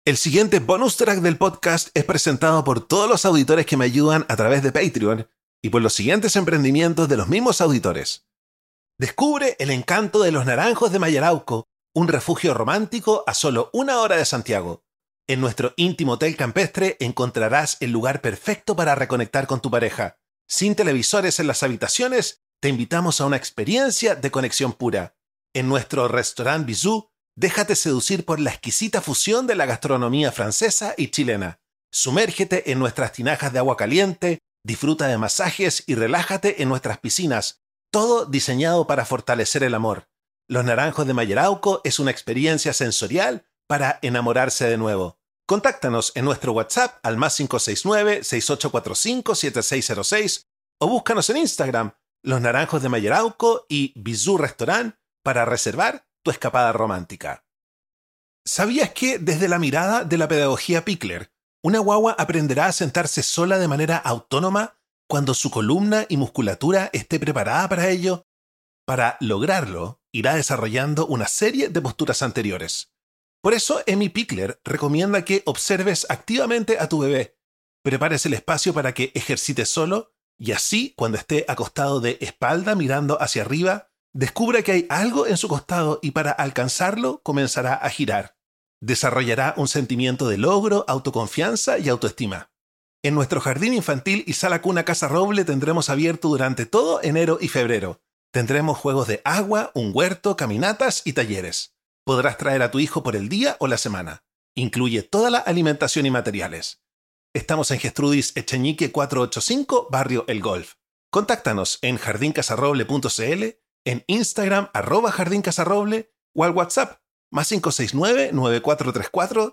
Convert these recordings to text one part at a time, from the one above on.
El siguiente bonus track del podcast es presentado por todos los auditores que me ayudan a través de Patreon y por los siguientes emprendimientos de los mismos auditores. Descubre el encanto de los Naranjos de Mayarauco, un refugio romántico a solo 1 hora de Santiago. En nuestro íntimo hotel campestre encontrarás el lugar perfecto para reconectar con tu pareja. Sin televisores en las habitaciones, te invitamos a una experiencia de conexión pura. En nuestro restaurant Bisou, déjate seducir por la exquisita fusión de la gastronomía francesa y chilena. Sumérgete en nuestras tinajas de agua caliente, disfruta de masajes y relájate en nuestras piscinas. Todo diseñado para fortalecer el amor. Los Naranjos de Mayarauco es una experiencia sensorial para enamorarse de nuevo. Contáctanos en nuestro WhatsApp al +569 6845 7606 o búscanos en Instagram, Los Naranjos de Mayarauco y Bisou Restaurant para reservar tu escapada romántica. ¿Sabías que desde la mirada de la pedagogía Pickler, una guagua aprenderá a sentarse sola de manera autónoma cuando su columna y musculatura esté preparada para ello? Para lograrlo, irá desarrollando una serie de posturas anteriores. Por eso, Emi Pickler recomienda que observes activamente a tu bebé, prepares el espacio para que ejercite solo y así, cuando esté acostado de espalda mirando hacia arriba, descubra que hay algo en su costado y para alcanzarlo comenzará a girar. Desarrollará un sentimiento de logro, autoconfianza y autoestima. En nuestro jardín infantil y sala cuna Casa Roble tendremos abierto durante todo enero y febrero. Tendremos juegos de agua, un huerto, caminatas y talleres. Podrás traer a tu hijo por el día o la semana. Incluye toda la alimentación y materiales. Estamos en Gestrudis Echeñique 485, Barrio El Golf. Contáctanos en jardincasarroble.cl, en Instagram @jardincasarroble o al WhatsApp +569 9434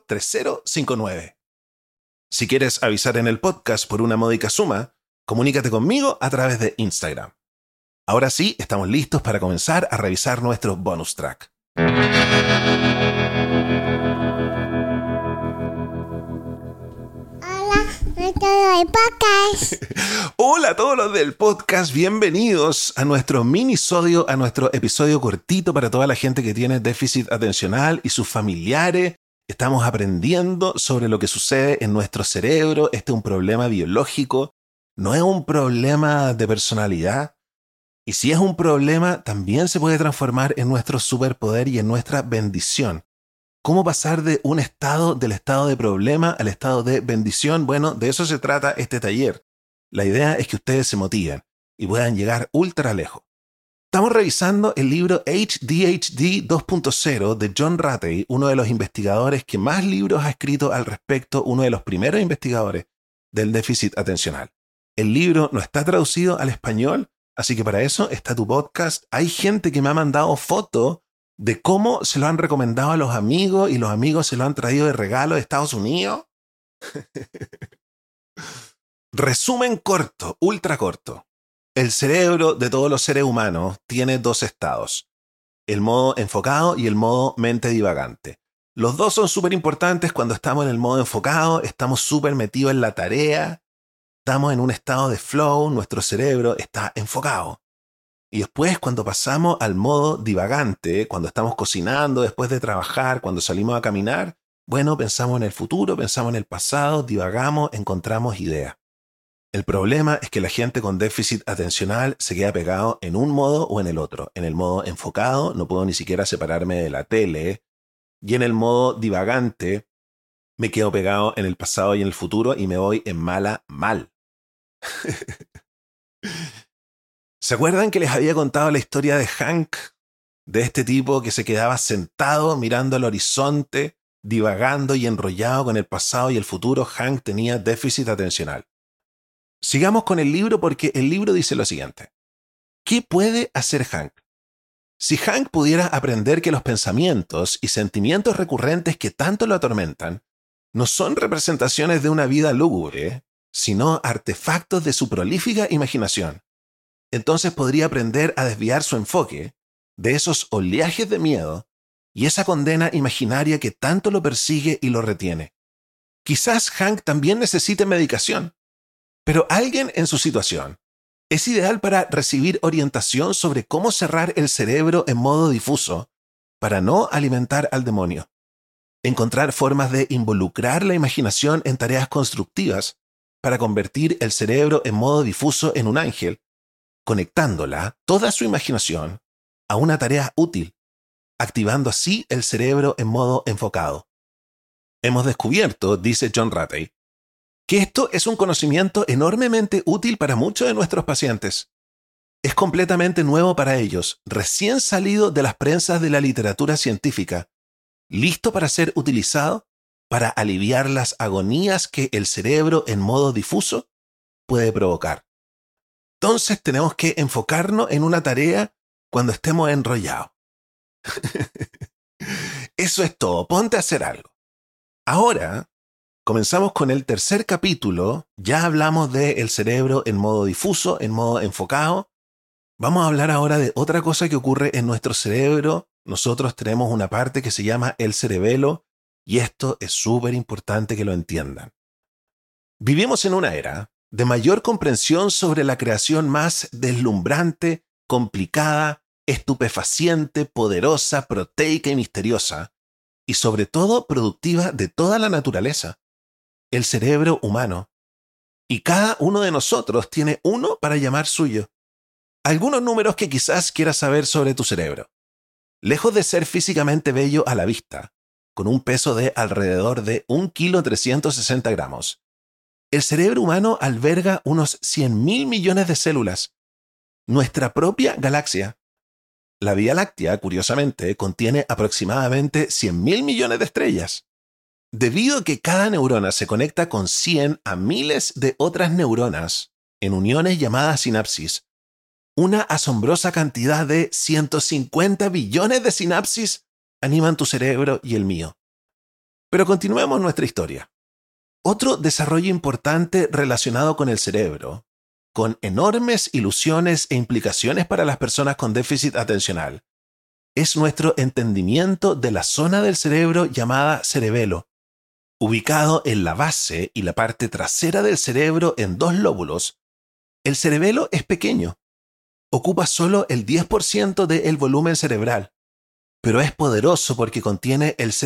3059. Si quieres avisar en el podcast por una módica suma, comunícate conmigo a través de Instagram. Ahora sí, estamos listos para comenzar a revisar nuestro bonus track. Hola a todos los del podcast, bienvenidos a nuestro minisodio, a nuestro episodio cortito para toda la gente que tiene déficit atencional y sus familiares. Estamos aprendiendo sobre lo que sucede en nuestro cerebro. Este es un problema biológico, no es un problema de personalidad. Y si es un problema, también se puede transformar en nuestro superpoder y en nuestra bendición. ¿Cómo pasar del estado de problema al estado de bendición? Bueno, de eso se trata este taller. La idea es que ustedes se motiven y puedan llegar ultra lejos. Estamos revisando el libro ADHD 2.0 de John Ratey, uno de los investigadores que más libros ha escrito al respecto, uno de los primeros investigadores del déficit atencional. El libro no está traducido al español, así que para eso está tu podcast. Hay gente que me ha mandado fotos de cómo se lo han recomendado a los amigos y los amigos se lo han traído de regalo de Estados Unidos. Resumen corto, ultra corto. El cerebro de todos los seres humanos tiene 2 estados, el modo enfocado y el modo mente divagante. Los dos son súper importantes. Cuando estamos en el modo enfocado, estamos súper metidos en la tarea, estamos en un estado de flow, nuestro cerebro está enfocado. Y después, cuando pasamos al modo divagante, cuando estamos cocinando, después de trabajar, cuando salimos a caminar, bueno, pensamos en el futuro, pensamos en el pasado, divagamos, encontramos ideas. El problema es que la gente con déficit atencional se queda pegado en un modo o en el otro. En el modo enfocado no puedo ni siquiera separarme de la tele. Y en el modo divagante me quedo pegado en el pasado y en el futuro y me voy en mala mal. ¿Se acuerdan que les había contado la historia de Hank? De este tipo que se quedaba sentado mirando al horizonte, divagando y enrollado con el pasado y el futuro. Hank tenía déficit atencional. Sigamos con el libro porque el libro dice lo siguiente. ¿Qué puede hacer Hank? Si Hank pudiera aprender que los pensamientos y sentimientos recurrentes que tanto lo atormentan no son representaciones de una vida lúgubre, sino artefactos de su prolífica imaginación, entonces podría aprender a desviar su enfoque de esos oleajes de miedo y esa condena imaginaria que tanto lo persigue y lo retiene. Quizás Hank también necesite medicación, pero alguien en su situación es ideal para recibir orientación sobre cómo cerrar el cerebro en modo difuso para no alimentar al demonio. Encontrar formas de involucrar la imaginación en tareas constructivas para convertir el cerebro en modo difuso en un ángel, conectándola, toda su imaginación, a una tarea útil, activando así el cerebro en modo enfocado. Hemos descubierto, dice John Ratey, que esto es un conocimiento enormemente útil para muchos de nuestros pacientes. Es completamente nuevo para ellos, recién salido de las prensas de la literatura científica, listo para ser utilizado para aliviar las agonías que el cerebro en modo difuso puede provocar. Entonces tenemos que enfocarnos en una tarea cuando estemos enrollados. Eso es todo, ponte a hacer algo. Ahora, comenzamos con el tercer capítulo. Ya hablamos del cerebro en modo difuso, en modo enfocado. Vamos a hablar ahora de otra cosa que ocurre en nuestro cerebro. Nosotros tenemos una parte que se llama el cerebelo, y esto es súper importante que lo entiendan. Vivimos en una era de mayor comprensión sobre la creación más deslumbrante, complicada, estupefaciente, poderosa, proteica y misteriosa, y sobre todo productiva de toda la naturaleza, el cerebro humano. Y cada uno de nosotros tiene uno para llamar suyo. Algunos números que quizás quieras saber sobre tu cerebro. Lejos de ser físicamente bello a la vista, con un peso de alrededor de 1,360 kg, el cerebro humano alberga unos 100.000 millones de células. Nuestra propia galaxia, la Vía Láctea, curiosamente, contiene aproximadamente 100.000 millones de estrellas. Debido a que cada neurona se conecta con 100 a miles de otras neuronas en uniones llamadas sinapsis, una asombrosa cantidad de 150 billones de sinapsis animan tu cerebro y el mío. Pero continuemos nuestra historia. Otro desarrollo importante relacionado con el cerebro, con enormes ilusiones e implicaciones para las personas con déficit atencional, es nuestro entendimiento de la zona del cerebro llamada cerebelo. Ubicado en la base y la parte trasera del cerebro en dos lóbulos, el cerebelo es pequeño. Ocupa solo el 10% del volumen cerebral, pero es poderoso porque contiene el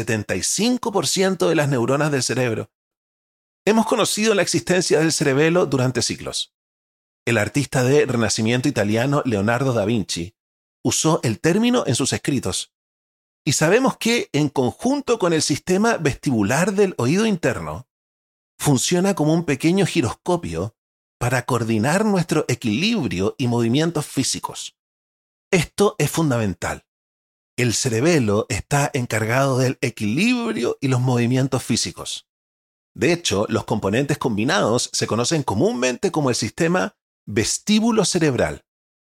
75% de las neuronas del cerebro. Hemos conocido la existencia del cerebelo durante siglos. El artista de Renacimiento italiano Leonardo da Vinci usó el término en sus escritos. Y sabemos que, en conjunto con el sistema vestibular del oído interno, funciona como un pequeño giroscopio para coordinar nuestro equilibrio y movimientos físicos. Esto es fundamental. El cerebelo está encargado del equilibrio y los movimientos físicos. De hecho, los componentes combinados se conocen comúnmente como el sistema vestíbulo cerebral,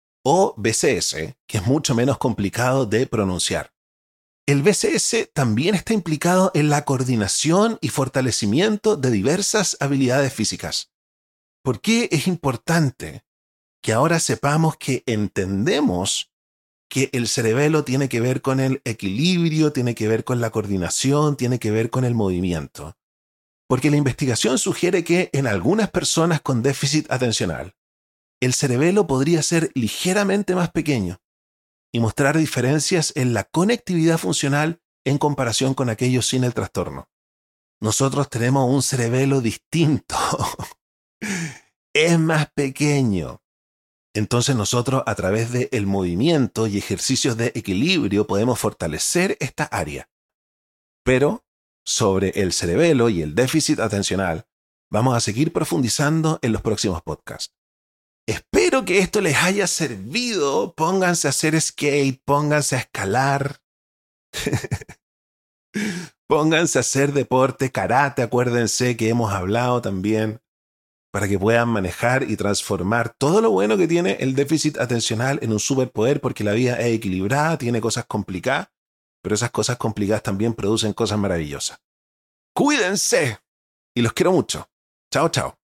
o BCS, que es mucho menos complicado de pronunciar. El BCS también está implicado en la coordinación y fortalecimiento de diversas habilidades físicas. ¿Por qué es importante que ahora sepamos que entendemos que el cerebelo tiene que ver con el equilibrio, tiene que ver con la coordinación, tiene que ver con el movimiento? Porque la investigación sugiere que en algunas personas con déficit atencional, el cerebelo podría ser ligeramente más pequeño y mostrar diferencias en la conectividad funcional en comparación con aquellos sin el trastorno. Nosotros tenemos un cerebelo distinto. Es más pequeño. Entonces nosotros, a través del movimiento y ejercicios de equilibrio, podemos fortalecer esta área. Pero sobre el cerebelo y el déficit atencional, vamos a seguir profundizando en los próximos podcasts. Espero que esto les haya servido. Pónganse a hacer skate, pónganse a escalar, pónganse a hacer deporte, karate, acuérdense que hemos hablado también, para que puedan manejar y transformar todo lo bueno que tiene el déficit atencional en un superpoder, porque la vida es equilibrada, tiene cosas complicadas, pero esas cosas complicadas también producen cosas maravillosas. Cuídense y los quiero mucho. Chao, chao.